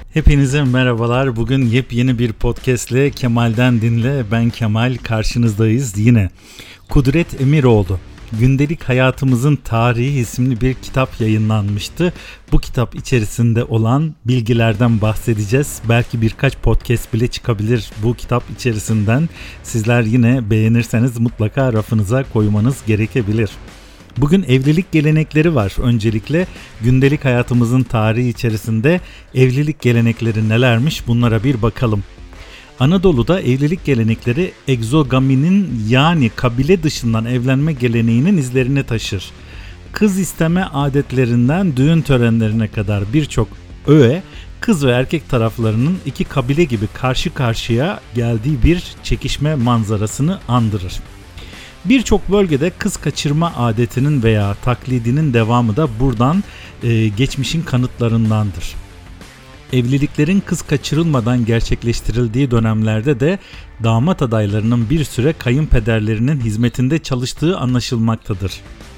Hepinize merhabalar. Bugün yepyeni bir podcastle Kemal'den Dinle. Ben Kemal, karşınızdayız yine. Kudret Emiroğlu, Gündelik Hayatımızın Tarihi isimli bir kitap yayınlanmıştı. Bu kitap içerisinde olan bilgilerden bahsedeceğiz. Belki birkaç podcast bile çıkabilir bu kitap içerisinden. Sizler yine beğenirseniz mutlaka rafınıza koymanız gerekebilir. Bugün evlilik gelenekleri var. Öncelikle gündelik hayatımızın tarihi içerisinde evlilik gelenekleri nelermiş, bunlara bir bakalım. Anadolu'da evlilik gelenekleri egzogaminin, yani kabile dışından evlenme geleneğinin izlerini taşır. Kız isteme adetlerinden düğün törenlerine kadar birçok öğe, kız ve erkek taraflarının iki kabile gibi karşı karşıya geldiği bir çekişme manzarasını andırır. Birçok bölgede kız kaçırma adetinin veya taklidinin devamı da buradan geçmişin kanıtlarındandır. Evliliklerin kız kaçırılmadan gerçekleştirildiği dönemlerde de damat adaylarının bir süre kayınpederlerinin hizmetinde çalıştığı anlaşılmaktadır.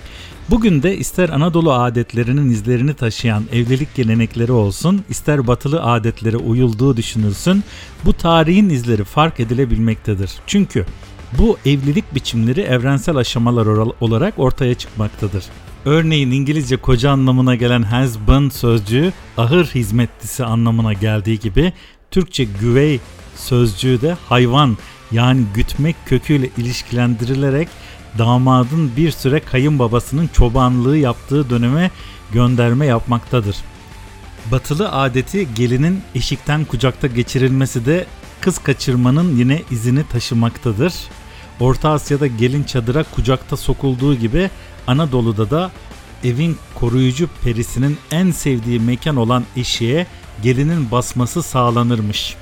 Bugün de ister Anadolu adetlerinin izlerini taşıyan evlilik gelenekleri olsun, ister batılı adetlere uyulduğu düşünülsün, bu tarihin izleri fark edilebilmektedir. Çünkü bu evlilik biçimleri evrensel aşamalar olarak ortaya çıkmaktadır. Örneğin İngilizce koca anlamına gelen husband sözcüğü ahır hizmetlisi anlamına geldiği gibi Türkçe güvey sözcüğü de hayvan, yani gütmek köküyle ilişkilendirilerek damadın bir süre kayınbabasının çobanlığı yaptığı döneme gönderme yapmaktadır. Batılı adeti gelinin eşikten kucakta geçirilmesi de kız kaçırmanın yine izini taşımaktadır. Orta Asya'da gelin çadıra kucakta sokulduğu gibi Anadolu'da da evin koruyucu perisinin en sevdiği mekan olan eşiğe gelinin basması sağlanırmış.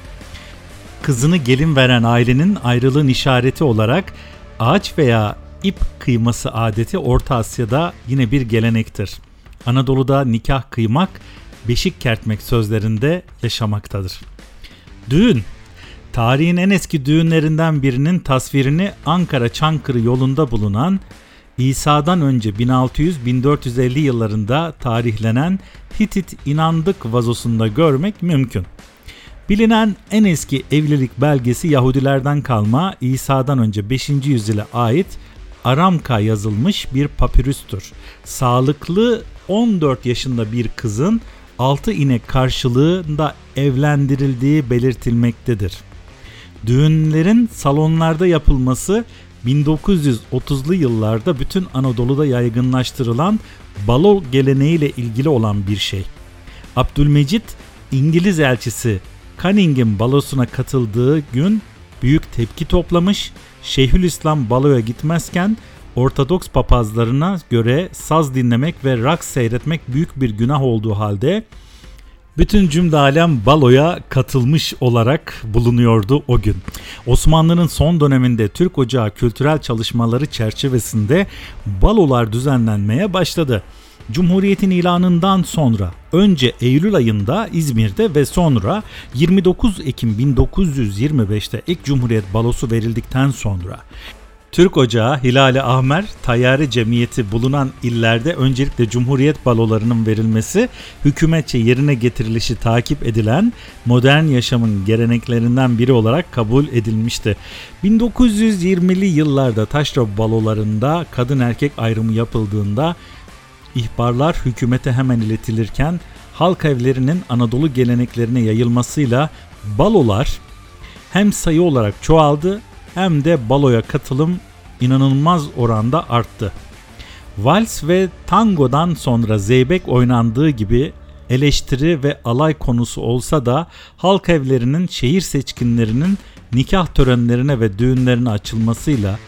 Kızını gelin veren ailenin ayrılığın işareti olarak ağaç veya ip kıyması adeti Orta Asya'da yine bir gelenektir. Anadolu'da nikah kıymak, beşik kertmek sözlerinde yaşamaktadır. Düğün, tarihin en eski düğünlerinden birinin tasvirini Ankara-Çankırı yolunda bulunan İsa'dan önce 1600-1450 yıllarında tarihlenen Hitit inandık vazosunda görmek mümkün. Bilinen en eski evlilik belgesi Yahudilerden kalma İsa'dan önce 5. yüzyıla ait Aramka yazılmış bir papirüstür. Sağlıklı 14 yaşında bir kızın 6 inek karşılığında evlendirildiği belirtilmektedir. Düğünlerin salonlarda yapılması 1930'lu yıllarda bütün Anadolu'da yaygınlaştırılan balo geleneğiyle ilgili olan bir şey. Abdülmecit, İngiliz elçisi Canning'in balosuna katıldığı gün büyük tepki toplamış, Şeyhülislam baloya gitmezken Ortodoks papazlarına göre saz dinlemek ve raks seyretmek büyük bir günah olduğu halde bütün cümle alem baloya katılmış olarak bulunuyordu o gün. Osmanlı'nın son döneminde Türk Ocağı kültürel çalışmaları çerçevesinde balolar düzenlenmeye başladı. Cumhuriyetin ilanından sonra önce Eylül ayında İzmir'de ve sonra 29 Ekim 1925'te ilk Cumhuriyet balosu verildikten sonra Türk Ocağı, Hilal-i Ahmer, Tayyare Cemiyeti bulunan illerde öncelikle Cumhuriyet balolarının verilmesi, hükümetçe yerine getirilişi takip edilen modern yaşamın geleneklerinden biri olarak kabul edilmişti. 1920'li yıllarda taşra balolarında kadın erkek ayrımı yapıldığında ihbarlar hükümete hemen iletilirken halk evlerinin Anadolu geleneklerine yayılmasıyla balolar hem sayı olarak çoğaldı hem de baloya katılım inanılmaz oranda arttı. Vals ve tangodan sonra zeybek oynandığı gibi eleştiri ve alay konusu olsa da halk evlerinin şehir seçkinlerinin nikah törenlerine ve düğünlerine açılmasıyla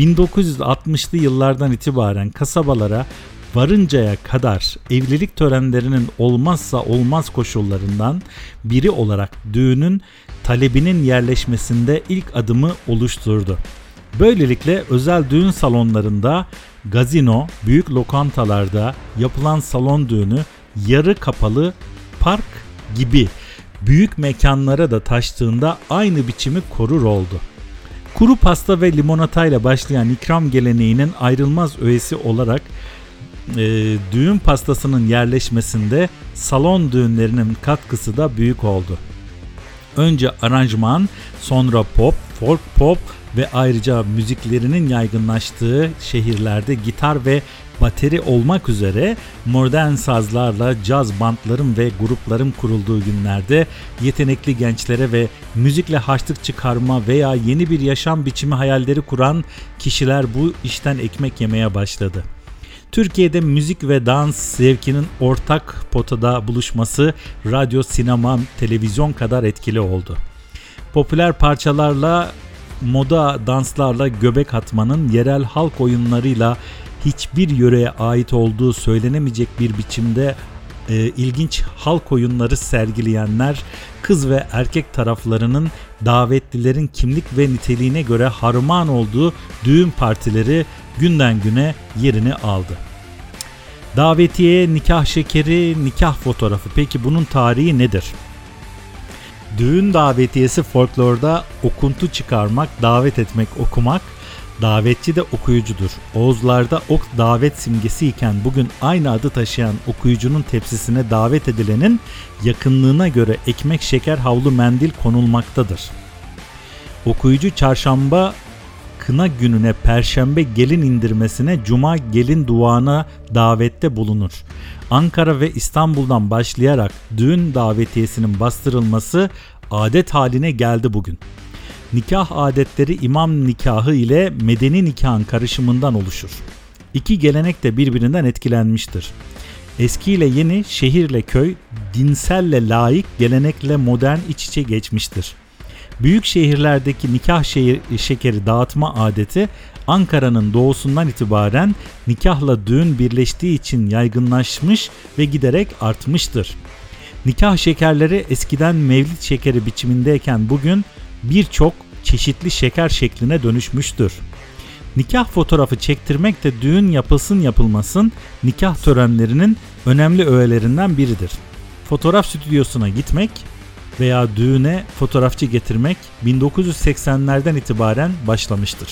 1960'lı yıllardan itibaren kasabalara varıncaya kadar evlilik törenlerinin olmazsa olmaz koşullarından biri olarak düğünün talebinin yerleşmesinde ilk adımı oluşturdu. Böylelikle özel düğün salonlarında, gazino, büyük lokantalarda yapılan salon düğünü, yarı kapalı park gibi büyük mekanlara da taştığında aynı biçimi korur oldu. Kuru pasta ve limonatayla başlayan ikram geleneğinin ayrılmaz öğesi olarak düğün pastasının yerleşmesinde salon düğünlerinin katkısı da büyük oldu. Önce aranjman, sonra pop, folk pop ve ayrıca müziklerinin yaygınlaştığı şehirlerde gitar ve bateri olmak üzere modern sazlarla caz bandların ve grupların kurulduğu günlerde yetenekli gençlere ve müzikle harçlık çıkarma veya yeni bir yaşam biçimi hayalleri kuran kişiler bu işten ekmek yemeye başladı. Türkiye'de müzik ve dans zevkinin ortak potada buluşması radyo, sinema, televizyon kadar etkili oldu. Popüler parçalarla, moda danslarla göbek atmanın yerel halk oyunlarıyla hiçbir yöreye ait olduğu söylenemeyecek bir biçimde ilginç halk oyunları sergileyenler, kız ve erkek taraflarının davetlilerin kimlik ve niteliğine göre harman olduğu düğün partileri günden güne yerini aldı. Davetiye, nikah şekeri, nikah fotoğrafı. Peki bunun tarihi nedir? Düğün davetiyesi folklorda okuntu çıkarmak, davet etmek, okumak, davetçi de okuyucudur. Oğuzlarda ok davet simgesi iken bugün aynı adı taşıyan okuyucunun tepsisine davet edilenin yakınlığına göre ekmek, şeker, havlu, mendil konulmaktadır. Okuyucu çarşamba kına gününe, perşembe gelin indirmesine, cuma gelin duana davette bulunur. Ankara ve İstanbul'dan başlayarak düğün davetiyesinin bastırılması adet haline geldi bugün. Nikah adetleri imam nikahı ile medeni nikahın karışımından oluşur. İki gelenek de birbirinden etkilenmiştir. Eskiyle yeni, şehirle köy, dinselle laik, gelenekle modern iç içe geçmiştir. Büyük şehirlerdeki nikah şekeri dağıtma adeti Ankara'nın doğusundan itibaren nikahla düğün birleştiği için yaygınlaşmış ve giderek artmıştır. Nikah şekerleri eskiden mevlid şekeri biçimindeyken bugün birçok çeşitli şeker şekline dönüşmüştür. Nikah fotoğrafı çektirmek de düğün yapılsın yapılmasın nikah törenlerinin önemli öğelerinden biridir. Fotoğraf stüdyosuna gitmek veya düğüne fotoğrafçı getirmek 1980'lerden itibaren başlamıştır.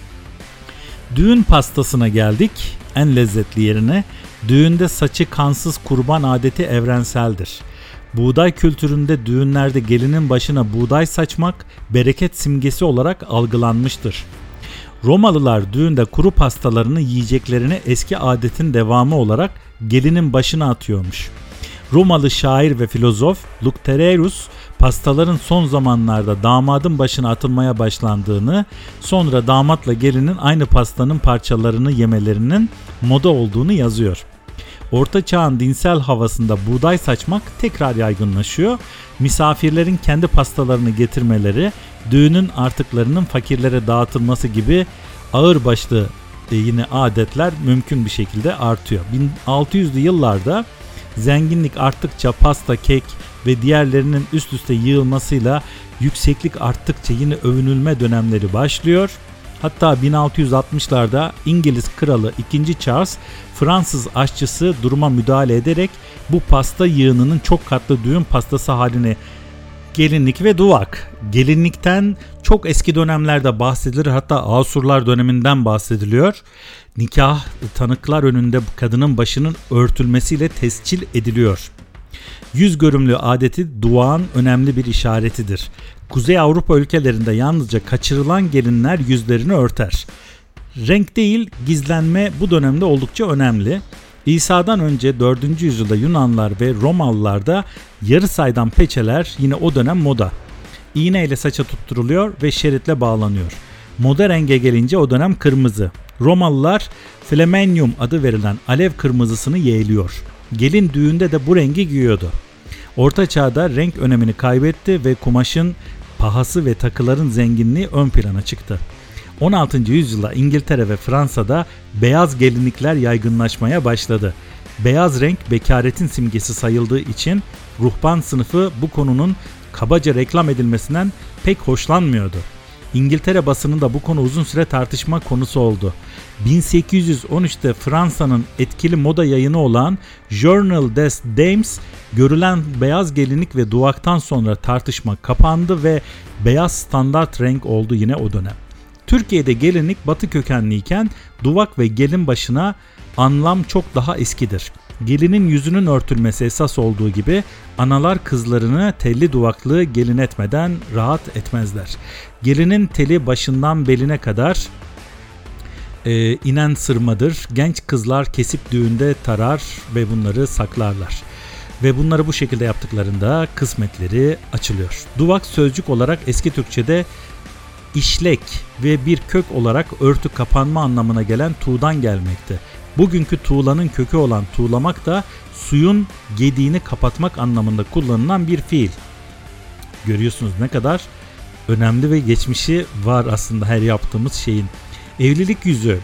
Düğün pastasına geldik, en lezzetli yerine. Düğünde saçı kansız kurban adeti evrenseldir. Buğday kültüründe düğünlerde gelinin başına buğday saçmak bereket simgesi olarak algılanmıştır. Romalılar düğünde kuru pastalarını yiyeceklerine eski adetin devamı olarak gelinin başına atıyormuş. Romalı şair ve filozof Luctererus pastaların son zamanlarda damadın başına atılmaya başlandığını, sonra damatla gelinin aynı pastanın parçalarını yemelerinin moda olduğunu yazıyor. Orta Çağ'ın dinsel havasında buğday saçmak tekrar yaygınlaşıyor. Misafirlerin kendi pastalarını getirmeleri, düğünün artıklarının fakirlere dağıtılması gibi ağırbaşlı yine adetler mümkün bir şekilde artıyor. 1600'lü yıllarda zenginlik arttıkça pasta, kek ve diğerlerinin üst üste yığılmasıyla yükseklik arttıkça yine övünülme dönemleri başlıyor. Hatta 1660'larda İngiliz kralı 2. Charles Fransız aşçısı duruma müdahale ederek bu pasta yığınının çok katlı düğün pastası haline gelinlik ve duvak. Gelinlikten çok eski dönemlerde bahsedilir, hatta Asurlar döneminden bahsediliyor. Nikah tanıklar önünde kadının başının örtülmesiyle tescil ediliyor. Yüz görümlü adeti duvağın önemli bir işaretidir. Kuzey Avrupa ülkelerinde yalnızca kaçırılan gelinler yüzlerini örter. Renk değil, gizlenme bu dönemde oldukça önemli. İsa'dan önce 4. yüzyılda Yunanlar ve Romalılarda yarı saydam peçeler yine o dönem moda. İğneyle saça tutturuluyor ve şeritle bağlanıyor. Moda renge gelince o dönem kırmızı. Romalılar flamenium adı verilen alev kırmızısını yeğliyor. Gelin düğünde de bu rengi giyiyordu. Orta Çağ'da renk önemini kaybetti ve kumaşın pahası ve takıların zenginliği ön plana çıktı. 16. yüzyılda İngiltere ve Fransa'da beyaz gelinlikler yaygınlaşmaya başladı. Beyaz renk bekaretin simgesi sayıldığı için ruhban sınıfı bu konunun kabaca reklam edilmesinden pek hoşlanmıyordu. İngiltere basınında bu konu uzun süre tartışma konusu oldu. 1813'te Fransa'nın etkili moda yayını olan Journal des Dames, görülen beyaz gelinlik ve duvaktan sonra tartışma kapandı ve beyaz standart renk oldu yine o dönem. Türkiye'de gelinlik batı kökenliyken duvak ve gelin başına anlam çok daha eskidir. Gelinin yüzünün örtülmesi esas olduğu gibi analar kızlarını telli duvaklı gelin etmeden rahat etmezler. Gelinin teli başından beline kadar inen sırmadır. Genç kızlar kesip düğünde tarar ve bunları saklarlar. Ve bunları bu şekilde yaptıklarında kısmetleri açılıyor. Duvak sözcük olarak eski Türkçe'de işlek ve bir kök olarak örtü kapanma anlamına gelen tuğdan gelmekte. Bugünkü tuğlanın kökü olan tuğlamak da suyun gediğini kapatmak anlamında kullanılan bir fiil. Görüyorsunuz ne kadar önemli ve geçmişi var aslında her yaptığımız şeyin. Evlilik yüzüğü.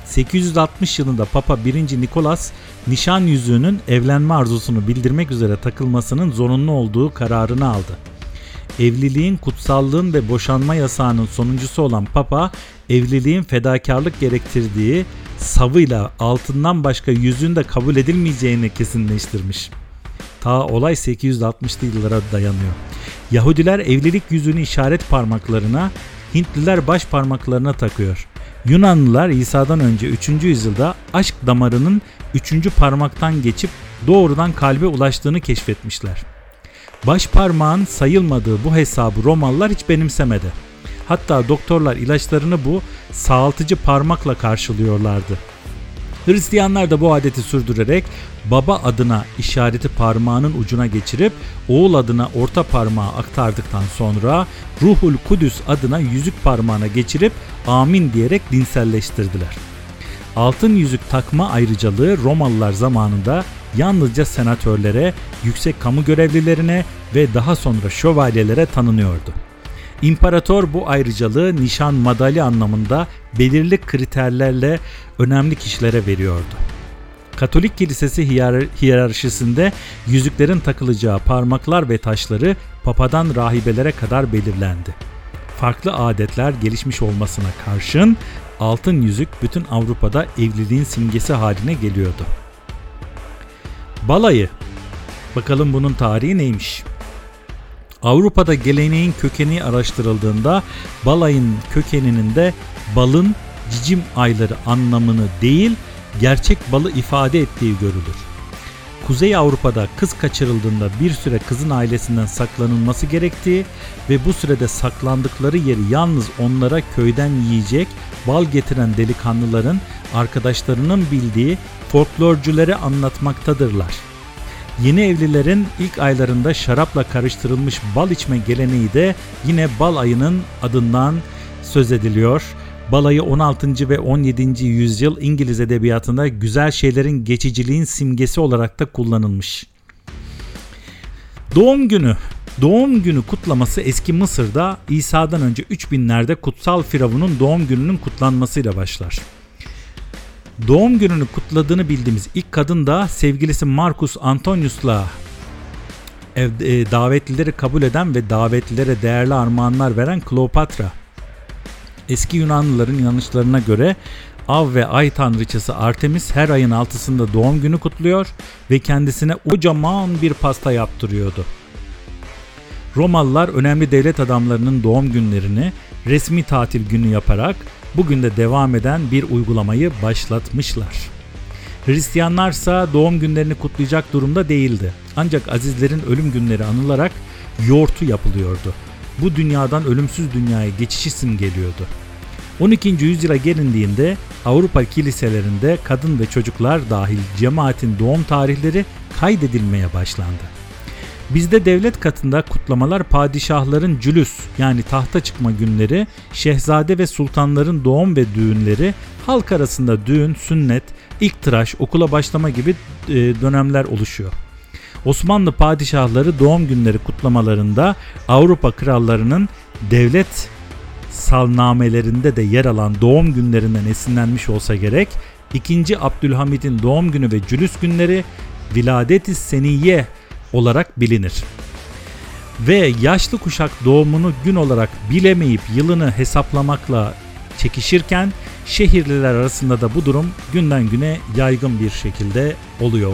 860 yılında Papa 1. Nikolas nişan yüzüğünün evlenme arzusunu bildirmek üzere takılmasının zorunlu olduğu kararını aldı. Evliliğin, kutsallığın ve boşanma yasağının sonuncusu olan Papa, evliliğin fedakarlık gerektirdiği savıyla altından başka yüzüğün de kabul edilmeyeceğini kesinleştirmiş. Ta olay 860'lı yıllara dayanıyor. Yahudiler evlilik yüzüğünü işaret parmaklarına, Hintliler baş parmaklarına takıyor. Yunanlılar İsa'dan önce 3. yüzyılda aşk damarının 3. parmaktan geçip doğrudan kalbe ulaştığını keşfetmişler. Baş parmağın sayılmadığı bu hesabı Romalılar hiç benimsemedi. Hatta doktorlar ilaçlarını bu sağaltıcı parmakla karşılıyorlardı. Hristiyanlar da bu adeti sürdürerek baba adına işareti parmağının ucuna geçirip oğul adına orta parmağı aktardıktan sonra Ruhul Kudüs adına yüzük parmağına geçirip amin diyerek dinselleştirdiler. Altın yüzük takma ayrıcalığı Romalılar zamanında yalnızca senatörlere, yüksek kamu görevlilerine ve daha sonra şövalyelere tanınıyordu. İmparator bu ayrıcalığı nişan madalya anlamında belirli kriterlerle önemli kişilere veriyordu. Katolik kilisesi hiyerarşisinde yüzüklerin takılacağı parmaklar ve taşları papadan rahibelere kadar belirlendi. Farklı adetler gelişmiş olmasına karşın altın yüzük bütün Avrupa'da evliliğin simgesi haline geliyordu. Balayı. Bakalım bunun tarihi neymiş? Avrupa'da geleneğin kökeni araştırıldığında balayın kökeninin de balın cicim ayları anlamını değil, gerçek balı ifade ettiği görülür. Kuzey Avrupa'da kız kaçırıldığında bir süre kızın ailesinden saklanılması gerektiği ve bu sürede saklandıkları yeri yalnız onlara köyden yiyecek, bal getiren delikanlıların arkadaşlarının bildiği folklorcülere anlatmaktadırlar. Yeni evlilerin ilk aylarında şarapla karıştırılmış bal içme geleneği de yine bal ayının adından söz ediliyor. Balayı 16. ve 17. yüzyıl İngiliz edebiyatında güzel şeylerin geçiciliğin simgesi olarak da kullanılmış. Doğum günü. Doğum günü kutlaması eski Mısır'da İsa'dan önce 3000'lerde kutsal Firavun'un doğum gününün kutlanmasıyla başlar. Doğum gününü kutladığını bildiğimiz ilk kadın da sevgilisi Marcus Antonius'la davetlileri kabul eden ve davetlilere değerli armağanlar veren Kleopatra. Eski Yunanlıların inanışlarına göre av ve ay tanrıçası Artemis her ayın 6'sında doğum günü kutluyor ve kendisine kocaman bir pasta yaptırıyordu. Romalılar önemli devlet adamlarının doğum günlerini resmi tatil günü yaparak bugün de devam eden bir uygulamayı başlatmışlar. Hristiyanlarsa doğum günlerini kutlayacak durumda değildi. Ancak azizlerin ölüm günleri anılarak yoğurtu yapılıyordu. Bu dünyadan ölümsüz dünyaya geçişi simgeliyordu. 12. yüzyıla gelindiğinde Avrupa kiliselerinde kadın ve çocuklar dahil cemaatin doğum tarihleri kaydedilmeye başlandı. Bizde devlet katında kutlamalar padişahların cülüs yani tahta çıkma günleri, şehzade ve sultanların doğum ve düğünleri, halk arasında düğün, sünnet, ilk tıraş, okula başlama gibi dönemler oluşuyor. Osmanlı padişahları doğum günleri kutlamalarında Avrupa krallarının devlet salnamelerinde de yer alan doğum günlerinden esinlenmiş olsa gerek, 2. Abdülhamid'in doğum günü ve cülüs günleri Viladet-i Seniyye olarak bilinir. Ve yaşlı kuşak doğumunu gün olarak bilemeyip yılını hesaplamakla çekişirken şehirliler arasında da bu durum günden güne yaygın bir şekilde oluyor.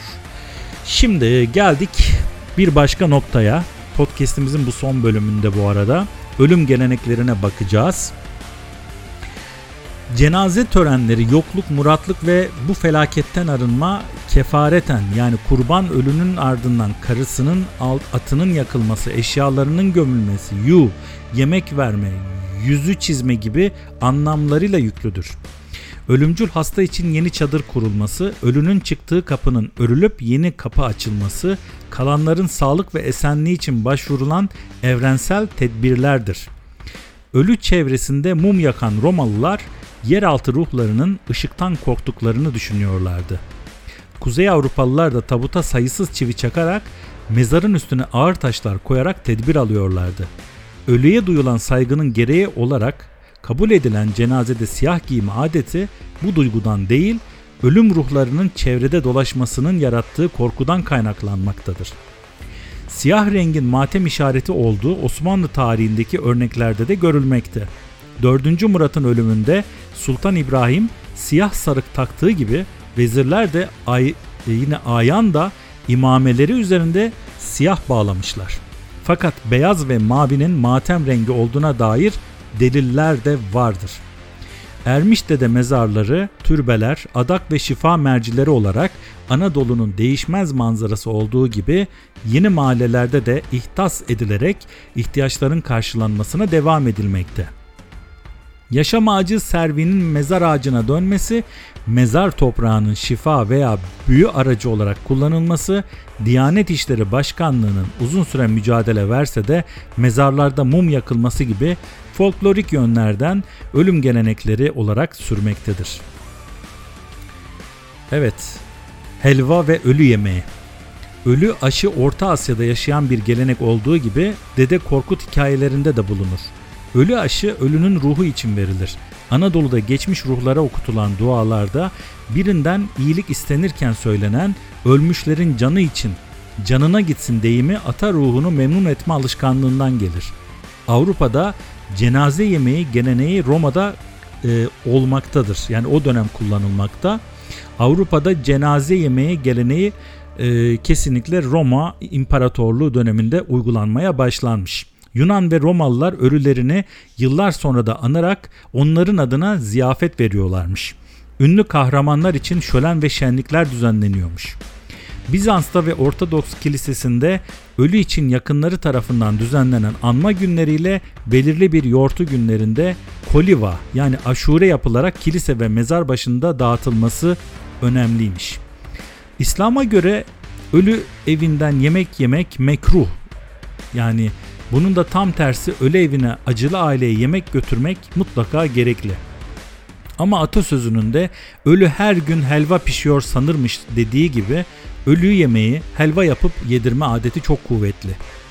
Şimdi geldik bir başka noktaya. Podcast'imizin bu son bölümünde bu arada ölüm geleneklerine bakacağız. Cenaze törenleri yokluk, muratlık ve bu felaketten arınma, kefareten yani kurban ölünün ardından karısının atının yakılması, eşyalarının gömülmesi, yemek verme, yüzü çizme gibi anlamlarıyla yüklüdür. Ölümcül hasta için yeni çadır kurulması, ölünün çıktığı kapının örülüp yeni kapı açılması, kalanların sağlık ve esenliği için başvurulan evrensel tedbirlerdir. Ölü çevresinde mum yakan Romalılar, yeraltı ruhlarının ışıktan korktuklarını düşünüyorlardı. Kuzey Avrupalılar da tabuta sayısız çivi çakarak, mezarın üstüne ağır taşlar koyarak tedbir alıyorlardı. Ölüye duyulan saygının gereği olarak kabul edilen cenazede siyah giyme adeti bu duygudan değil, ölüm ruhlarının çevrede dolaşmasının yarattığı korkudan kaynaklanmaktadır. Siyah rengin matem işareti olduğu Osmanlı tarihindeki örneklerde de görülmekte. 4. Murat'ın ölümünde Sultan İbrahim siyah sarık taktığı gibi vezirler de yine ayan da imameleri üzerinde siyah bağlamışlar. Fakat beyaz ve mavinin matem rengi olduğuna dair deliller de vardır. Ermişte'de mezarları, türbeler, adak ve şifa mercileri olarak Anadolu'nun değişmez manzarası olduğu gibi yeni mahallelerde de ihtas edilerek ihtiyaçların karşılanmasına devam edilmekte. Yaşam ağacı Servi'nin mezar ağacına dönmesi, mezar toprağının şifa veya büyü aracı olarak kullanılması, Diyanet İşleri Başkanlığı'nın uzun süre mücadele verse de mezarlarda mum yakılması gibi folklorik yönlerden ölüm gelenekleri olarak sürmektedir. Evet, helva ve ölü yemeği. Ölü aşı Orta Asya'da yaşayan bir gelenek olduğu gibi Dede Korkut hikayelerinde de bulunur. Ölü aşı ölünün ruhu için verilir. Anadolu'da geçmiş ruhlara okutulan dualarda birinden iyilik istenirken söylenen ölmüşlerin canı için canına gitsin deyimi ata ruhunu memnun etme alışkanlığından gelir. Avrupa'da cenaze yemeği geleneği Roma'da olmaktadır. Yani o dönem kullanılmakta. Avrupa'da cenaze yemeği geleneği kesinlikle Roma İmparatorluğu döneminde uygulanmaya başlanmış. Yunan ve Romalılar ölülerini yıllar sonra da anarak onların adına ziyafet veriyorlarmış. Ünlü kahramanlar için şölen ve şenlikler düzenleniyormuş. Bizans'ta ve Ortodoks Kilisesi'nde ölü için yakınları tarafından düzenlenen anma günleriyle belirli bir yortu günlerinde koliva yani aşure yapılarak kilise ve mezar başında dağıtılması önemliymiş. İslam'a göre ölü evinden yemek yemek mekruh. Yani bunun da tam tersi ölü evine acılı aileye yemek götürmek mutlaka gerekli. Ama atasözünün de ölü her gün helva pişiyor sanırmış dediği gibi ölü yemeği helva yapıp yedirme adeti çok kuvvetli.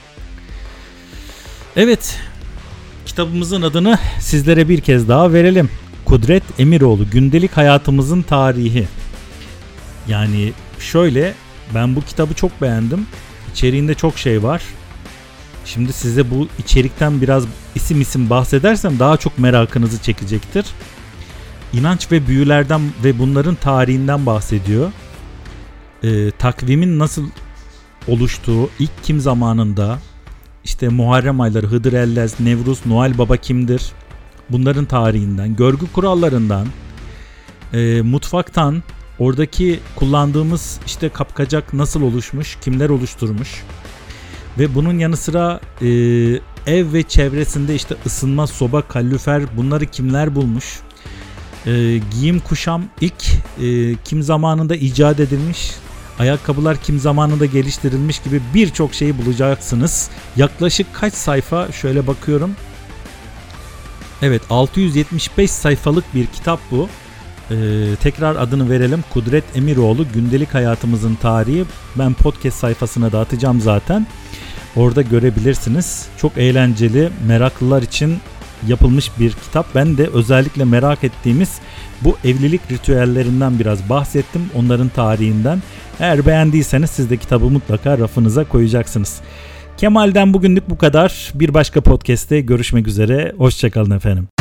Evet, kitabımızın adını sizlere bir kez daha verelim. Kudret Emiroğlu, Gündelik Hayatımızın Tarihi. Yani şöyle, ben bu kitabı çok beğendim. İçeriğinde çok şey var. Şimdi size bu içerikten biraz isim bahsedersem daha çok merakınızı çekecektir. İnanç ve büyülerden ve bunların tarihinden bahsediyor. Takvimin nasıl oluştuğu, ilk kim zamanında, işte Muharrem ayları, Hıdır Ellez, Nevruz, Noel Baba kimdir? Bunların tarihinden, görgü kurallarından, mutfaktan, oradaki kullandığımız işte kapkacak nasıl oluşmuş, kimler oluşturmuş ve bunun yanı sıra ev ve çevresinde işte ısınma, soba, kalorifer bunları kimler bulmuş? Giyim kuşam ilk kim zamanında icat edilmiş, ayakkabılar kim zamanında geliştirilmiş gibi birçok şeyi bulacaksınız. Yaklaşık kaç sayfa şöyle bakıyorum. Evet, 675 sayfalık bir kitap bu. Tekrar adını verelim. Kudret Emiroğlu, Gündelik Hayatımızın Tarihi. Ben podcast sayfasına da atacağım zaten. Orada görebilirsiniz. Çok eğlenceli, meraklılar için yapılmış bir kitap. Ben de özellikle merak ettiğimiz bu evlilik ritüellerinden biraz bahsettim. Onların tarihinden. Eğer beğendiyseniz siz de kitabı mutlaka rafınıza koyacaksınız. Kemal'den bugünlük bu kadar. Bir başka podcast'te görüşmek üzere. Hoşçakalın efendim.